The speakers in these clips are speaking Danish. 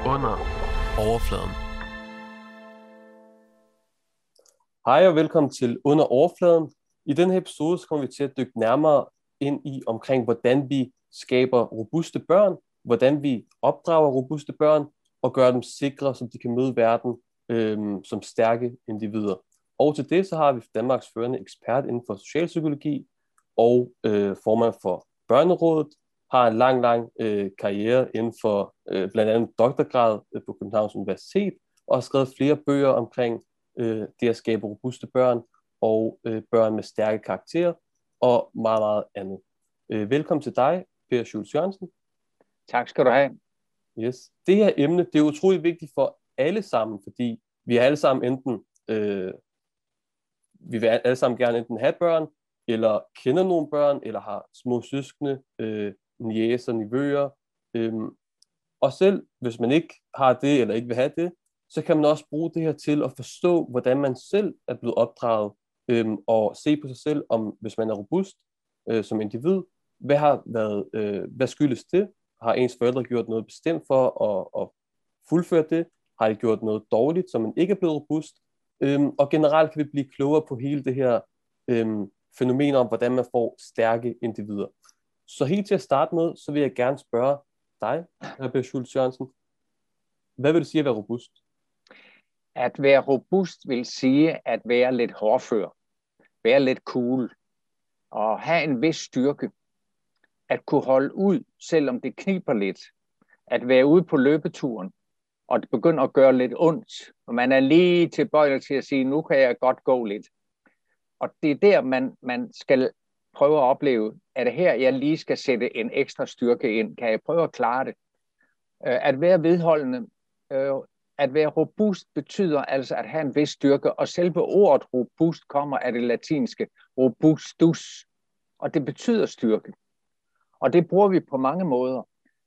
Under overfladen. Hej og velkommen til Under overfladen. I denne episode så kommer vi til at dykke nærmere ind i omkring, hvordan vi skaber robuste børn, hvordan vi opdrager robuste børn og gør dem sikre, så de kan møde verden som stærke individer. Og til det så har vi Danmarks førende ekspert inden for socialpsykologi og formand for Børnerådet, har en lang karriere inden for blandt andet doktorgrad på Københavns Universitet, og har skrevet flere bøger omkring det at skabe robuste børn og børn med stærke karakterer og meget andet. Velkommen til dig, Per Schultz Jørgensen. Tak skal du have. Yes. Det her emne, det er utrolig vigtigt for alle sammen, fordi vi er alle sammen enten vi vil alle sammen gerne enten have børn, eller kender nogle børn, eller har små søskende, niecer, nevøer. Og selv hvis man ikke har det, eller ikke vil have det, så kan man også bruge det her til at forstå, hvordan man selv er blevet opdraget, og se på sig selv, om hvis man er robust som individ, hvad skyldes det? Har ens forældre gjort noget bestemt for at fuldføre det? Har de gjort noget dårligt, så man ikke er blevet robust? Og generelt kan vi blive klogere på hele det her fænomen om, hvordan man får stærke individer. Så helt til at starte med, så vil jeg gerne spørge dig, Per Schultz Jørgensen. Hvad vil du sige at være robust? At være robust vil sige at være lidt hårdfør, være lidt cool og have en vis styrke. At kunne holde ud, selvom det kniber lidt. At være ude på løbeturen og det begynder at gøre lidt ondt. Og man er lige tilbøjelig til at sige, nu kan jeg godt gå lidt. Og det er der, man skal prøve at opleve, at det her, jeg lige skal sætte en ekstra styrke ind. Kan jeg prøve at klare det? At være vedholdende, at være robust betyder altså at have en vis styrke, og selve ordet robust kommer af det latinske robustus, og det betyder styrke. Og det bruger vi på mange måder,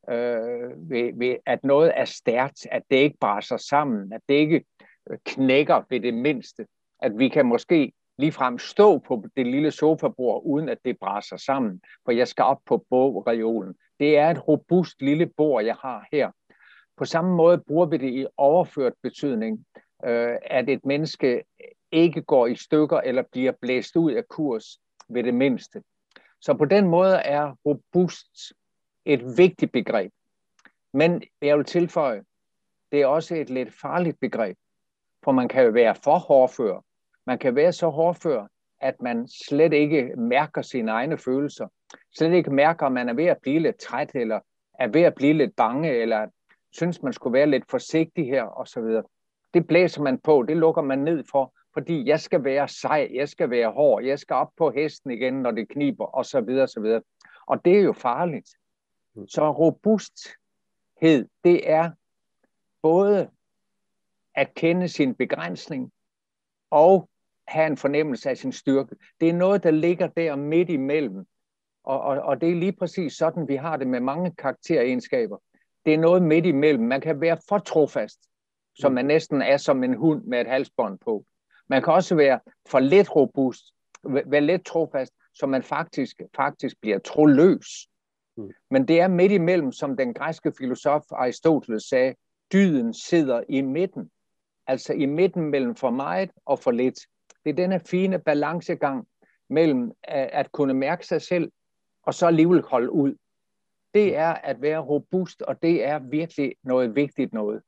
ved at noget er stærkt, at det ikke braser sammen, at det ikke knækker ved det mindste, at vi kan måske ligefrem stå på det lille sofabord, uden at det braser sammen, for jeg skal op på bogreolen. Det er et robust lille bord, jeg har her. På samme måde bruger vi det i overført betydning, at et menneske ikke går i stykker eller bliver blæst ud af kurs ved det mindste. Så på den måde er robust et vigtigt begreb. Men jeg vil tilføje, det er også et lidt farligt begreb, for man kan jo være for hårdfør. Man kan være så hårdfør, at man slet ikke mærker sine egne følelser, slet ikke mærker, at man er ved at blive lidt træt, eller er ved at blive lidt bange, eller synes, man skulle være lidt forsigtig her, osv. Det blæser man på, det lukker man ned for, fordi jeg skal være sej, jeg skal være hård, jeg skal op på hesten igen, når det kniber, osv. osv. Og det er jo farligt. Så robusthed, det er både at kende sin begrænsning og have en fornemmelse af sin styrke. Det er noget, der ligger der midt imellem. Og det er lige præcis sådan, vi har det med mange karakteregenskaber. Det er noget midt imellem. Man kan være for trofast, som man næsten er som en hund med et halsbånd på. Man kan også være for lidt robust, være lidt trofast, så man faktisk bliver troløs. Men det er midt imellem, som den græske filosof Aristoteles sagde, dyden sidder i midten. Altså i midten mellem for meget og for lidt. Det er denne fine balancegang mellem at kunne mærke sig selv, og så alligevel holde ud. Det er at være robust, og det er virkelig noget vigtigt noget.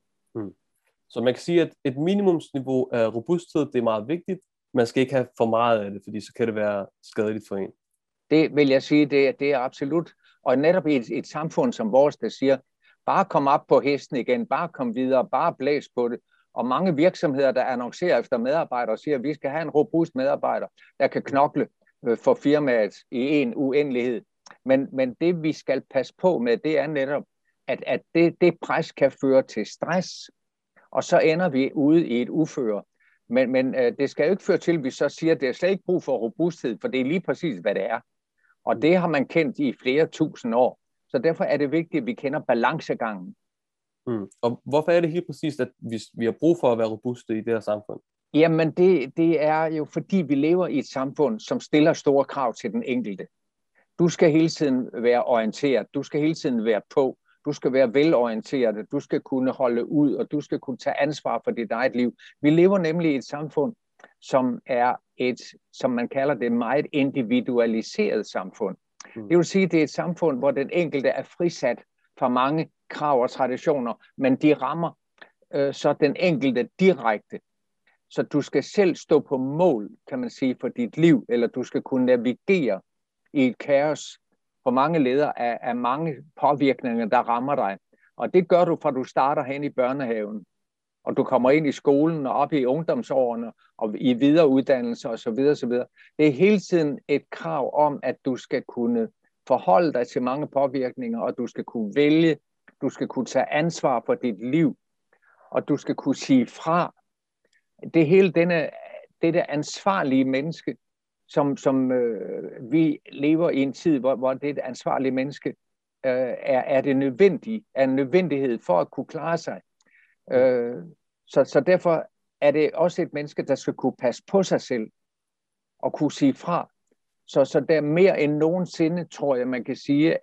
Så man kan sige, at et minimumsniveau af robusthed, det er meget vigtigt. Man skal ikke have for meget af det, fordi så kan det være skadeligt for en. Det vil jeg sige, det er absolut. Og netop i et samfund som vores, der siger, bare kom op på hesten igen, bare kom videre, bare blæs på det. Og mange virksomheder, der annoncerer efter medarbejdere, siger, at vi skal have en robust medarbejder, der kan knokle for firmaet i en uendelighed. Men det, vi skal passe på med, det er netop, at det pres kan føre til stress, og så ender vi ude i et uføre. Men det skal jo ikke føre til, at vi så siger, at det er slet ikke brug for robusthed, for det er lige præcis, hvad det er. Og det har man kendt i flere tusind år. Så derfor er det vigtigt, at vi kender balancegangen. Og hvorfor er det helt præcist, at vi har brug for at være robuste i det her samfund? Jamen det er jo fordi, vi lever i et samfund, som stiller store krav til den enkelte. Du skal hele tiden være orienteret, du skal hele tiden være på, Du skal være velorienteret, du skal kunne holde ud, og du skal kunne tage ansvar for dit eget liv. Vi lever nemlig i et samfund, som er som man kalder det, meget individualiseret samfund. Det vil sige, at det er et samfund, hvor den enkelte er frisat fra mange krav og traditioner, men de rammer så den enkelte direkte. Så du skal selv stå på mål, kan man sige, for dit liv, eller du skal kunne navigere i et kaos på mange leder af mange påvirkninger, der rammer dig. Og det gør du, fra du starter hen i børnehaven, og du kommer ind i skolen og op i ungdomsårene og i videreuddannelse osv. Det er hele tiden et krav om, at du skal kunne forholde dig til mange påvirkninger, og du skal kunne vælge, du skal kunne tage ansvar for dit liv, og du skal kunne sige fra. Det hele dette ansvarlige menneske, som vi lever i en tid, hvor det ansvarlige menneske er det nødvendige, er en nødvendighed for at kunne klare sig. Så derfor er det også et menneske, der skal kunne passe på sig selv og kunne sige fra. Så der mere end nogensinde, tror jeg, man kan sige,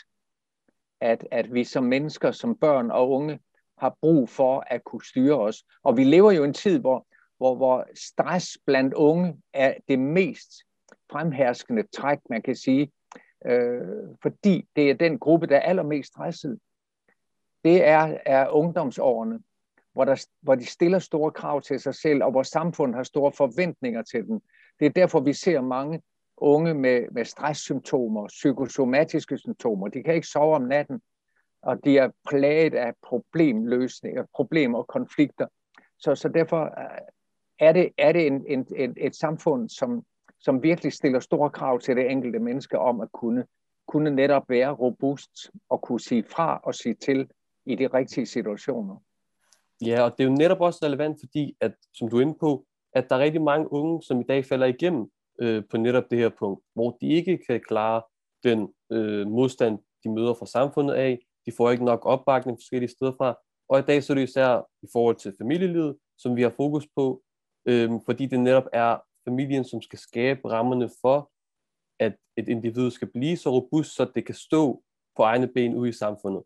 at vi som mennesker, som børn og unge, har brug for at kunne styre os. Og vi lever jo i en tid, hvor stress blandt unge er det mest fremherskende træk, man kan sige, fordi det er den gruppe, der er allermest stresset. Det er ungdomsårene, hvor de stiller store krav til sig selv, og hvor samfundet har store forventninger til dem. Det er derfor, vi ser mange unge med stresssymptomer, psykosomatiske symptomer. De kan ikke sove om natten, og de er plaget af problemer og konflikter. Så derfor er det et samfund, som virkelig stiller store krav til det enkelte menneske om at kunne netop være robust og kunne sige fra og sige til i de rigtige situationer. Ja, og det er jo netop også relevant, fordi, at, som du er inde på, at der er rigtig mange unge, som i dag falder igennem på netop det her punkt, hvor de ikke kan klare den modstand, de møder fra samfundet af. De får ikke nok opbakning forskellige steder fra. Og i dag så er det især i forhold til familielivet, som vi har fokus på, fordi det netop er familien, som skal skabe rammerne for, at et individ skal blive så robust, så det kan stå på egne ben ude i samfundet.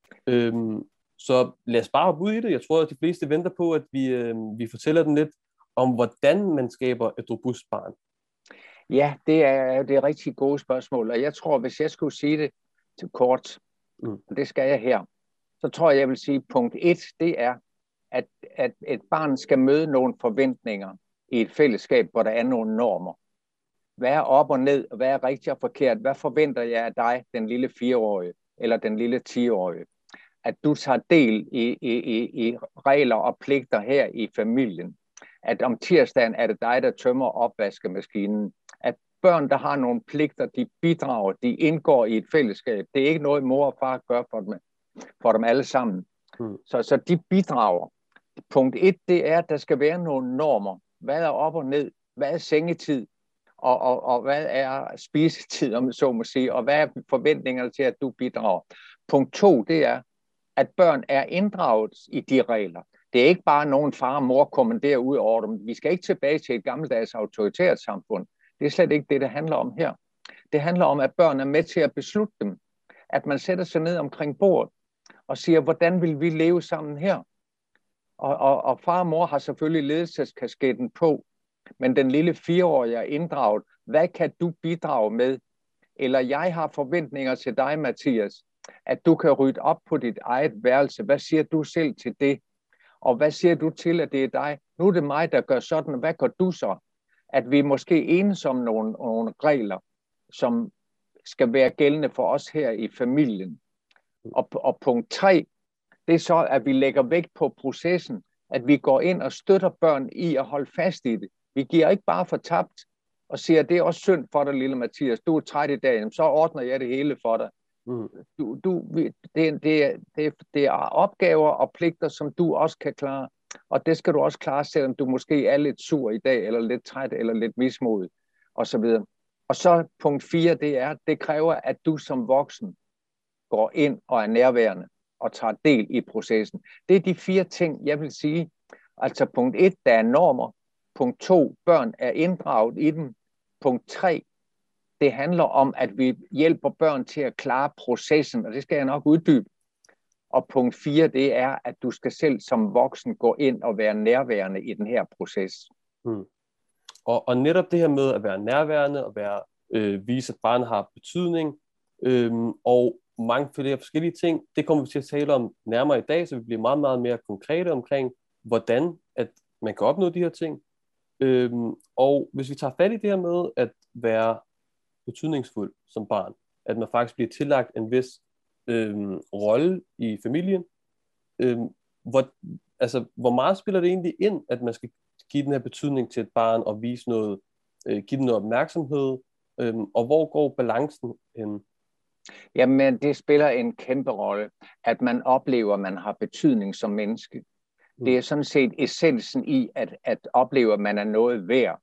Så lad os bare hoppe ud i det. Jeg tror, at de fleste venter på, at vi fortæller dem lidt om, hvordan man skaber et robust barn. Ja, det er rigtig gode spørgsmål. Og jeg tror, hvis jeg skulle sige det til kort, og det skal jeg her, så tror jeg vil sige, punkt 1, det er, at et barn skal møde nogle forventninger i et fællesskab, hvor der er nogle normer. Hvad er op og ned, og hvad er rigtigt og forkert? Hvad forventer jeg af dig, den lille 4-årige, eller den lille 10-årige? At du tager del i regler og pligter her i familien. At om tirsdagen er det dig, der tømmer opvaskemaskinen. At børn, der har nogle pligter, de bidrager, de indgår i et fællesskab. Det er ikke noget, mor og far gør for dem alle sammen. Så de bidrager. Punkt 1, det er, at der skal være nogle normer. Hvad er op og ned? Hvad er sengetid? Og hvad er spisetid, om så må sige? Og hvad er forventningerne til, at du bidrager? Punkt 2, det er, at børn er inddraget i de regler. Det er ikke bare nogen far og mor kommanderer ud over dem. Vi skal ikke tilbage til et gammeldags autoritært samfund. Det er slet ikke det, det handler om her. Det handler om, at børn er med til at beslutte dem. At man sætter sig ned omkring bordet og siger, hvordan vil vi leve sammen her? Og far og mor har selvfølgelig ledelseskasketten på, men den lille 4-årige er inddraget. Hvad kan du bidrage med? Eller jeg har forventninger til dig, Mathias, at du kan rydde op på dit eget værelse. Hvad siger du selv til det? Og hvad siger du til, at det er dig? Nu er det mig, der gør sådan. Hvad gør du så? At vi måske enes om nogle regler, som skal være gældende for os her i familien. Og punkt 3, det er så, at vi lægger vægt på processen, at vi går ind og støtter børn i at holde fast i det. Vi giver ikke bare for tabt og siger, at det er også synd for dig, lille Mathias. Du er træt i dag, så ordner jeg det hele for dig. Det er opgaver og pligter, som du også kan klare, og det skal du også klare, selvom du måske er lidt sur i dag, eller lidt træt, eller lidt mismodig, osv. Og så punkt 4, det kræver, at du som voksen går ind og er nærværende, og tager del i processen. Det er de 4 ting, jeg vil sige. Altså punkt 1, der er normer. Punkt 2, børn er inddraget i dem. Punkt 3, det handler om, at vi hjælper børn til at klare processen, og det skal jeg nok uddybe. Og punkt 4, det er, at du skal selv som voksen gå ind og være nærværende i den her proces. Mm. Og netop det her med at være nærværende og vise, at barnet har betydning, og mange flere forskellige ting, det kommer vi til at tale om nærmere i dag, så vi bliver meget, meget mere konkrete omkring, hvordan at man kan opnå de her ting. Og hvis vi tager fat i det her med at være betydningsfuld som barn, at man faktisk bliver tillagt en vis rolle i familien, hvor meget spiller det egentlig ind, at man skal give den her betydning til et barn og vise noget, give dem noget opmærksomhed, og hvor går balancen hen? Jamen, det spiller en kæmpe rolle, at man oplever, at man har betydning som menneske. Det er sådan set essensen i, at opleve, at man er noget værd.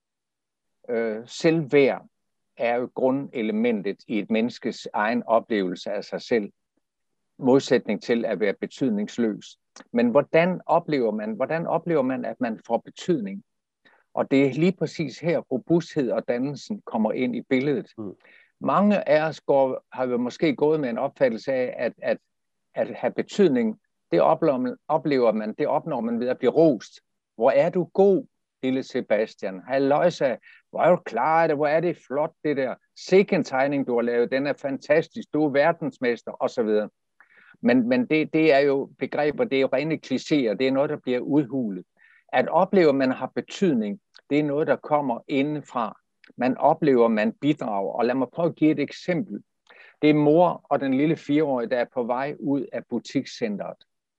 Selvværd er jo grundelementet i et menneskes egen oplevelse af sig selv. Modsætning til at være betydningsløs. Men hvordan oplever man, at man får betydning? Og det er lige præcis her, robusthed og dannelsen kommer ind i billedet. Mange af os har jo måske gået med en opfattelse af, at have betydning, det opnår man ved at blive rost. Hvor er du god, lille Sebastian? Halløjsa, hvor er du klar det? Hvor er det flot, det der. Sikke en tegning, du har lavet. Den er fantastisk. Du er verdensmester, osv. Men det er jo begreber, det er jo rene klichéer. Det er noget, der bliver udhulet. At opleve, at man har betydning, det er noget, der kommer indefra. Man oplever, at man bidrager. Og lad mig prøve at give et eksempel. Det er mor og den lille 4-årige, der er på vej ud af butikscenteret.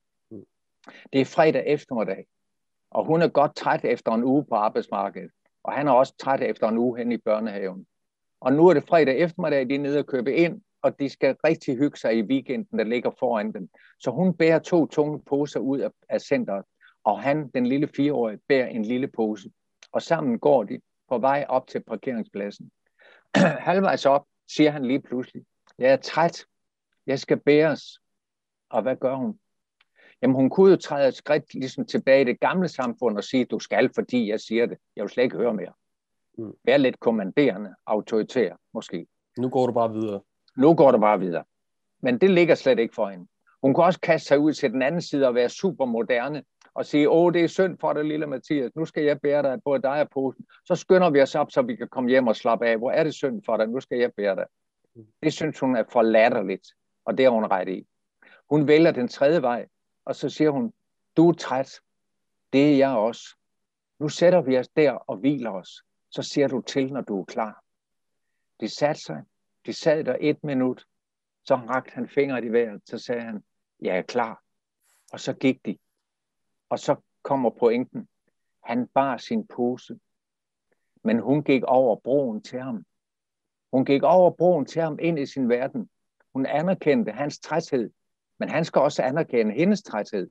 Det er fredag eftermiddag, og hun er godt træt efter en uge på arbejdsmarkedet. Og han er også træt efter en uge hen i børnehaven. Og nu er det fredag eftermiddag, de er nede og købe ind, og de skal rigtig hygge sig i weekenden, der ligger foran dem. Så hun bærer 2 tunge poser ud af centret, og han, den lille 4-årige, bærer en lille pose. Og sammen går de på vej op til parkeringspladsen. Halvvejs op, siger han lige pludselig, jeg er træt, jeg skal bæres. Og hvad gør hun? Jamen hun kunne jo træde et skridt ligesom tilbage i det gamle samfund og sige, du skal, fordi jeg siger det. Jeg vil slet ikke høre mere. Vær lidt kommanderende, autoritær måske. Nu går du bare videre. Nu går du bare videre. Men det ligger slet ikke for hende. Hun kunne også kaste sig ud til den anden side og være super moderne og sige, det er synd for dig, lille Mathias. Nu skal jeg bære dig, både dig og posen. Så skynder vi os op, så vi kan komme hjem og slappe af. Hvor er det synd for dig? Nu skal jeg bære dig. Det synes hun er for latterligt, og det er hun ret i. Hun vælger den tredje vej, og så siger hun, du er træt. Det er jeg også. Nu sætter vi os der og hviler os. Så siger du til, når du er klar. De satte sig. De sad der 1 minut. Så rakte han fingret i vejret. Så sagde han, jeg er klar. Og så gik de. Og så kommer pointen. Han bar sin pose. Men hun gik over broen til ham. Hun gik over broen til ham ind i sin verden. Hun anerkendte hans træthed. Men han skal også anerkende hendes træthed.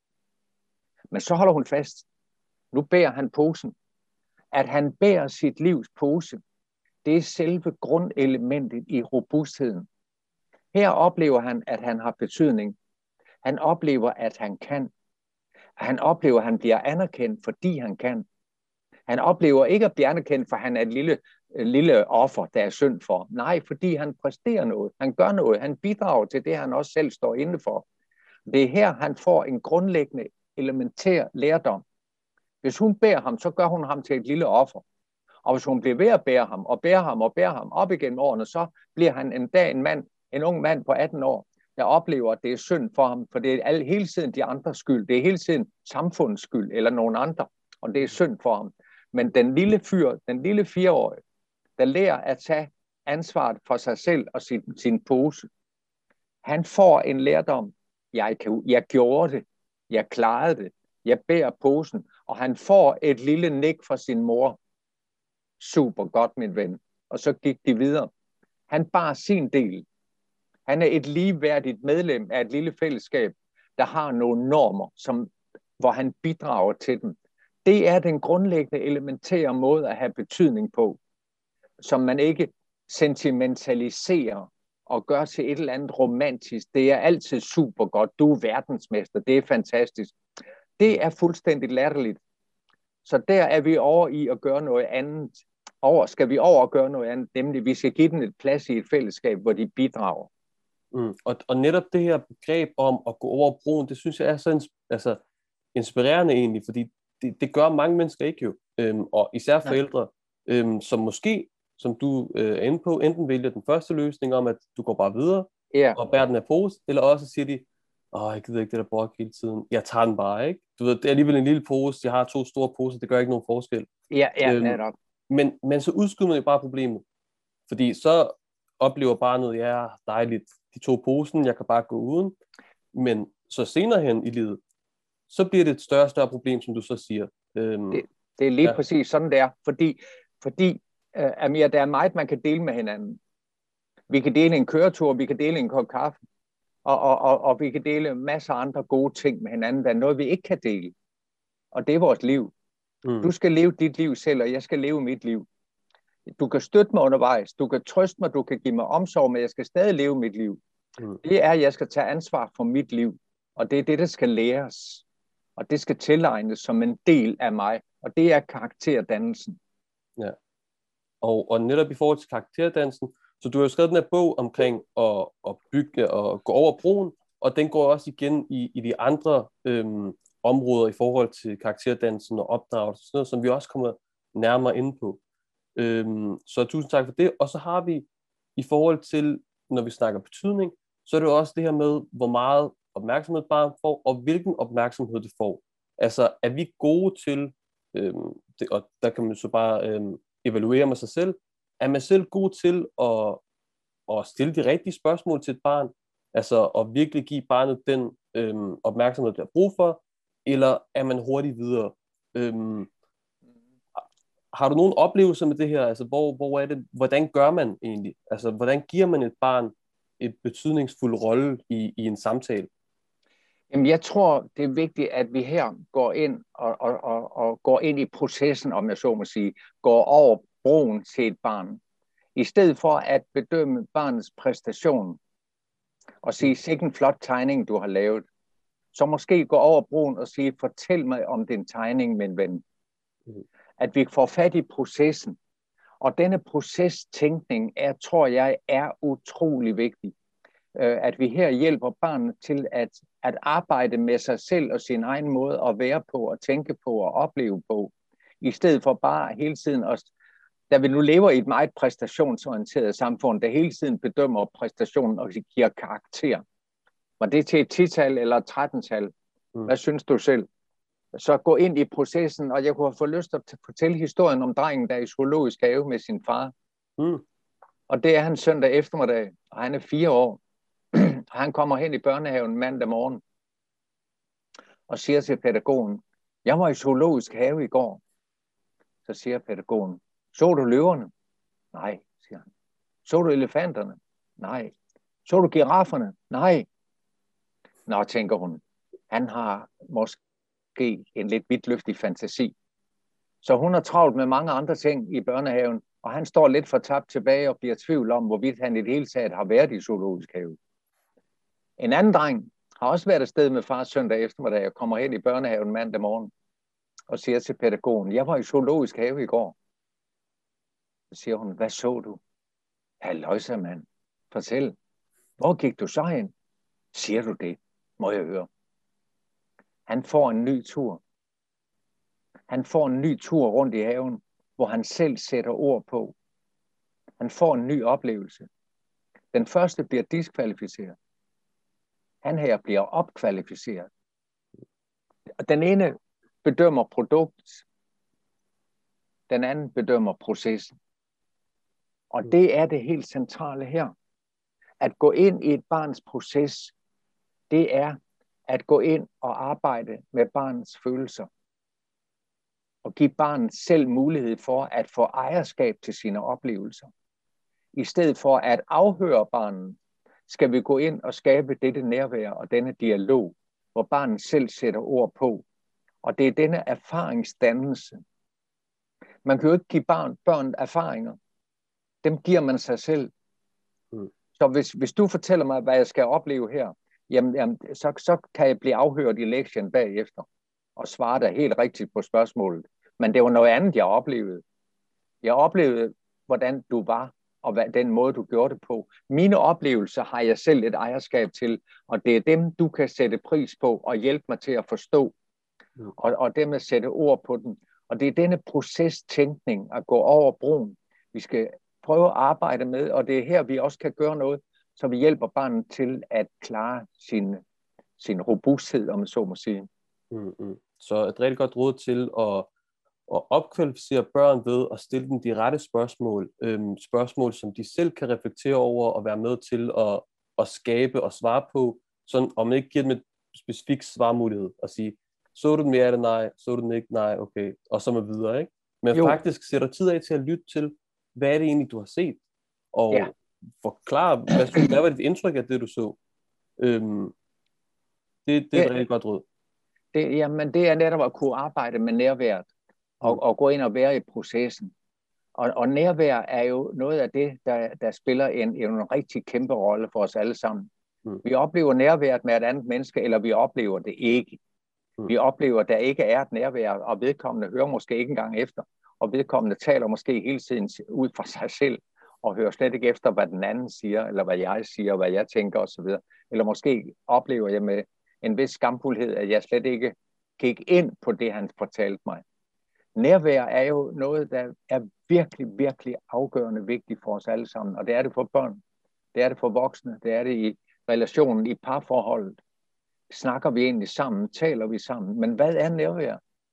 Men så holder hun fast. Nu bærer han posen. At han bærer sit livs pose, det er selve grundelementet i robustheden. Her oplever han, at han har betydning. Han oplever, at han kan. Han oplever, at han bliver anerkendt, fordi han kan. Han oplever ikke at blive anerkendt, for han er et lille offer, der er synd for. Nej, fordi han præsterer noget. Han gør noget. Han bidrager til det, han også selv står inde for. Det er her, han får en grundlæggende, elementær lærdom. Hvis hun bærer ham, så gør hun ham til et lille offer. Og hvis hun bliver ved at bære ham, og bære ham, og bære ham op igennem årene, så bliver han en dag en ung mand på 18 år, der oplever, at det er synd for ham, for det er hele tiden de andres skyld. Det er hele tiden samfundets skyld, eller nogen andre, og det er synd for ham. Men den lille fyr, den lille 4-årige, der lærer at tage ansvaret for sig selv og sin pose, han får en lærdom. Jeg gjorde det. Jeg klarede det. Jeg bærer posen. Og han får et lille nik fra sin mor. Super godt, min ven. Og så gik de videre. Han bar sin del. Han er et ligeværdigt medlem af et lille fællesskab, der har nogle normer, hvor han bidrager til dem. Det er den grundlæggende elementære måde at have betydning på, som man ikke sentimentaliserer og gør til et eller andet romantisk. Det er altid super godt. Du er verdensmester. Det er fantastisk. Det er fuldstændig latterligt. Så der er vi over i at gøre noget andet. Skal vi over at gøre noget andet, nemlig vi skal give dem et plads i et fællesskab, hvor de bidrager. Og netop det her begreb om at gå over broen, det synes jeg er så inspirerende egentlig, fordi det gør mange mennesker ikke jo, og især forældre, som måske, som du er inde på, enten vælger den første løsning om, at du går bare videre og bærer den af pose, eller også siger de, jeg gider ikke det der brok hele tiden, jeg tager den bare, ikke? Du ved, det er alligevel en lille pose, jeg har 2 store poser, det gør ikke nogen forskel. Netop. Men så udskyder man jo bare problemet, fordi så oplever barnet, dejligt, de 2 posen, jeg kan bare gå uden, men så senere hen i livet, så bliver det et større og større problem, som du så siger. Det er lige præcis sådan, det er, fordi Amir, der er meget, man kan dele med hinanden. Vi kan dele en køretur, vi kan dele en kop kaffe, og vi kan dele masser af andre gode ting med hinanden. Der er noget, vi ikke kan dele, og det er vores liv. Du skal leve dit liv selv, og jeg skal leve mit liv. Du kan støtte mig undervejs, du kan trøste mig, du kan give mig omsorg, men jeg skal stadig leve mit liv. Det er, at jeg skal tage ansvar for mit liv, og det er det, der skal læres. Og det skal tilegnes som en del af mig, og det er karakterdannelsen. Ja, og netop i forhold til karakterdannelsen, så du har jo skrevet den her bog omkring at bygge og gå over broen, og den går også igen i de andre områder i forhold til karakterdannelsen og opdragelse, sådan noget, som vi også kommer nærmere ind på. Så tusind tak for det. Og så har vi i forhold til, når vi snakker betydning, så er det jo også det her med, hvor meget opmærksomhed et barn får, og hvilken opmærksomhed det får. Altså, er vi gode til, og der kan man så bare evaluere med sig selv, er man selv god til at stille de rigtige spørgsmål til et barn, altså at virkelig give barnet den opmærksomhed, der er brug for, eller er man hurtigt videre? Har du nogen oplevelser med det her? Altså, hvor er det, hvordan gør man egentlig? Altså, hvordan giver man et barn et betydningsfuld rolle i en samtale? Jamen, jeg tror, det er vigtigt, at vi her går ind og går ind i processen, om jeg så må sige, går over broen til et barn. I stedet for at bedømme barnets præstation og sige, sikke en flot tegning, du har lavet, så måske gå over broen og sige, fortæl mig om din tegning, min ven. At vi får fat i processen. Og denne procestænkning tror jeg, er utrolig vigtig. At vi her hjælper barnet til at arbejde med sig selv og sin egen måde at være på, og tænke på og opleve på, i stedet for bare hele tiden da vi nu lever i et meget præstationsorienteret samfund, der hele tiden bedømmer præstationen og giver karakter. Var det til et 10-tal eller et 13-tal? Hvad synes du selv? Så gå ind i processen, og jeg kunne få lyst til at fortælle historien om drengen, der er i zoologisk have med sin far. Og det er han søndag eftermiddag, og han er 4 år. Han kommer hen i børnehaven mandag morgen og siger til pædagogen, jeg var i zoologisk have i går. Så siger pædagogen, så du løverne? Nej, siger han. Så du elefanterne? Nej. Så du girafferne? Nej. Nå, tænker hun, han har måske en lidt vidtløftig fantasi. Så hun har travlt med mange andre ting i børnehaven, og han står lidt fortabt tilbage og bliver i tvivl om, hvorvidt han i det hele taget har været i zoologisk have. En anden dreng har også været afsted med far søndag eftermiddag og kommer hen i børnehaven mandag morgen og siger til pædagogen, jeg var i zoologisk have i går. Så siger hun, hvad så du? Halløjsa, mand. Fortæl. Hvor gik du så hen? Siger du det? Må jeg høre. Han får en ny tur. Han får en ny tur rundt i haven, hvor han selv sætter ord på. Han får en ny oplevelse. Den første bliver diskvalificeret. Han her bliver opkvalificeret. Den ene bedømmer produktet. Den anden bedømmer processen. Og det er det helt centrale her. At gå ind i et barns proces, det er at gå ind og arbejde med barnets følelser. Og give barnet selv mulighed for at få ejerskab til sine oplevelser. I stedet for at afhøre barnet, skal vi gå ind og skabe dette nærvær og denne dialog, hvor barnet selv sætter ord på. Og det er denne erfaringsdannelse. Man kan jo ikke give børn erfaringer. Dem giver man sig selv. Så hvis du fortæller mig, hvad jeg skal opleve her, jamen, så kan jeg blive afhørt i lektien bagefter og svare dig helt rigtigt på spørgsmålet. Men det var noget andet, jeg oplevede. Jeg oplevede, hvordan du var, og den måde, du gjorde det på. Mine oplevelser har jeg selv et ejerskab til, og det er dem, du kan sætte pris på og hjælpe mig til at forstå, og dermed sætte ord på den. Og det er denne procestænkning at gå over broen, vi skal prøve at arbejde med, og det er her, vi også kan gøre noget, så vi hjælper barnet til at klare sin robusthed, om man så må sige. Så et rigtig godt råd til at opkvalificere børn ved at stille dem de rette spørgsmål. Spørgsmål, som de selv kan reflektere over og være med til at skabe og svare på, sådan, og man ikke giver dem et specifikt svarmulighed og sige, så du den mere eller nej, så du den ikke, nej, okay, og så med videre, ikke? Men faktisk sætter tid af til at lytte til, hvad er det egentlig, du har set, og forklare, hvad var dit indtryk af det, du så. Det er et rigtig godt råd. Jamen, det er netop at kunne arbejde med nærværet, og gå ind og være i processen. Og nærvær er jo noget af det, der spiller en rigtig kæmpe rolle for os alle sammen. Vi oplever nærværet med et andet menneske, eller vi oplever det ikke. Vi oplever, at der ikke er et nærvær, og vedkommende hører måske ikke engang efter, og vedkommende taler måske hele tiden ud fra sig selv, og hører slet ikke efter, hvad den anden siger, eller hvad jeg siger, og hvad jeg tænker osv. Eller måske oplever jeg med en vis skamfuldhed, at jeg slet ikke gik ind på det, han fortalte mig. Nærvær er jo noget, der er virkelig, virkelig afgørende vigtigt for os alle sammen, og det er det for børn, det er det for voksne, det er det i relationen, i parforholdet. Snakker vi egentlig sammen, taler vi sammen, men hvad er nærvær?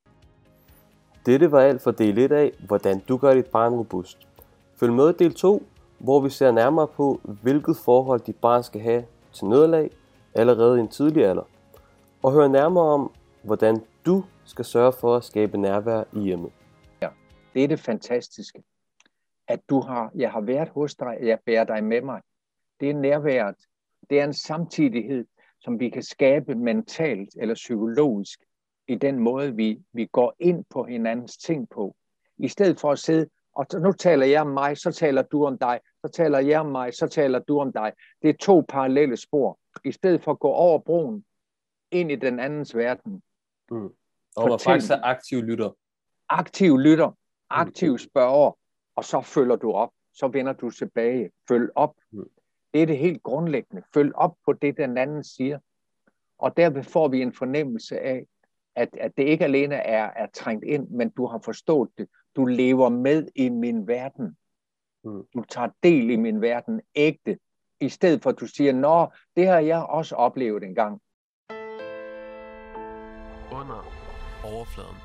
Dette var alt for del 1 af, hvordan du gør dit barn robust. Følg med i del 2, hvor vi ser nærmere på, hvilket forhold dit barn skal have til nederlag allerede i en tidlig alder. Og hør nærmere om, hvordan du skal sørge for at skabe nærvær i hjemmet. Ja, det er det fantastiske. At jeg har været hos dig, jeg bærer dig med mig. Det er nærværet. Det er en samtidighed, som vi kan skabe mentalt eller psykologisk i den måde, vi går ind på hinandens ting på. I stedet for at sidde, og nu taler jeg om mig, så taler du om dig, så taler jeg om mig, så taler du om dig. Det er 2 parallelle spor. I stedet for at gå over broen ind i den andens verden. Og man faktisk er aktiv lytter. Aktiv lytter, aktiv spørger, og så følger du op. Så vender du tilbage. Følg op. Det er det helt grundlæggende. Følg op på det, den anden siger. Og derved får vi en fornemmelse af, at det ikke alene er trængt ind, men du har forstået det. Du lever med i min verden. Du tager del i min verden ægte. I stedet for at du siger, nå, det har jeg også oplevet engang. Under overfladen.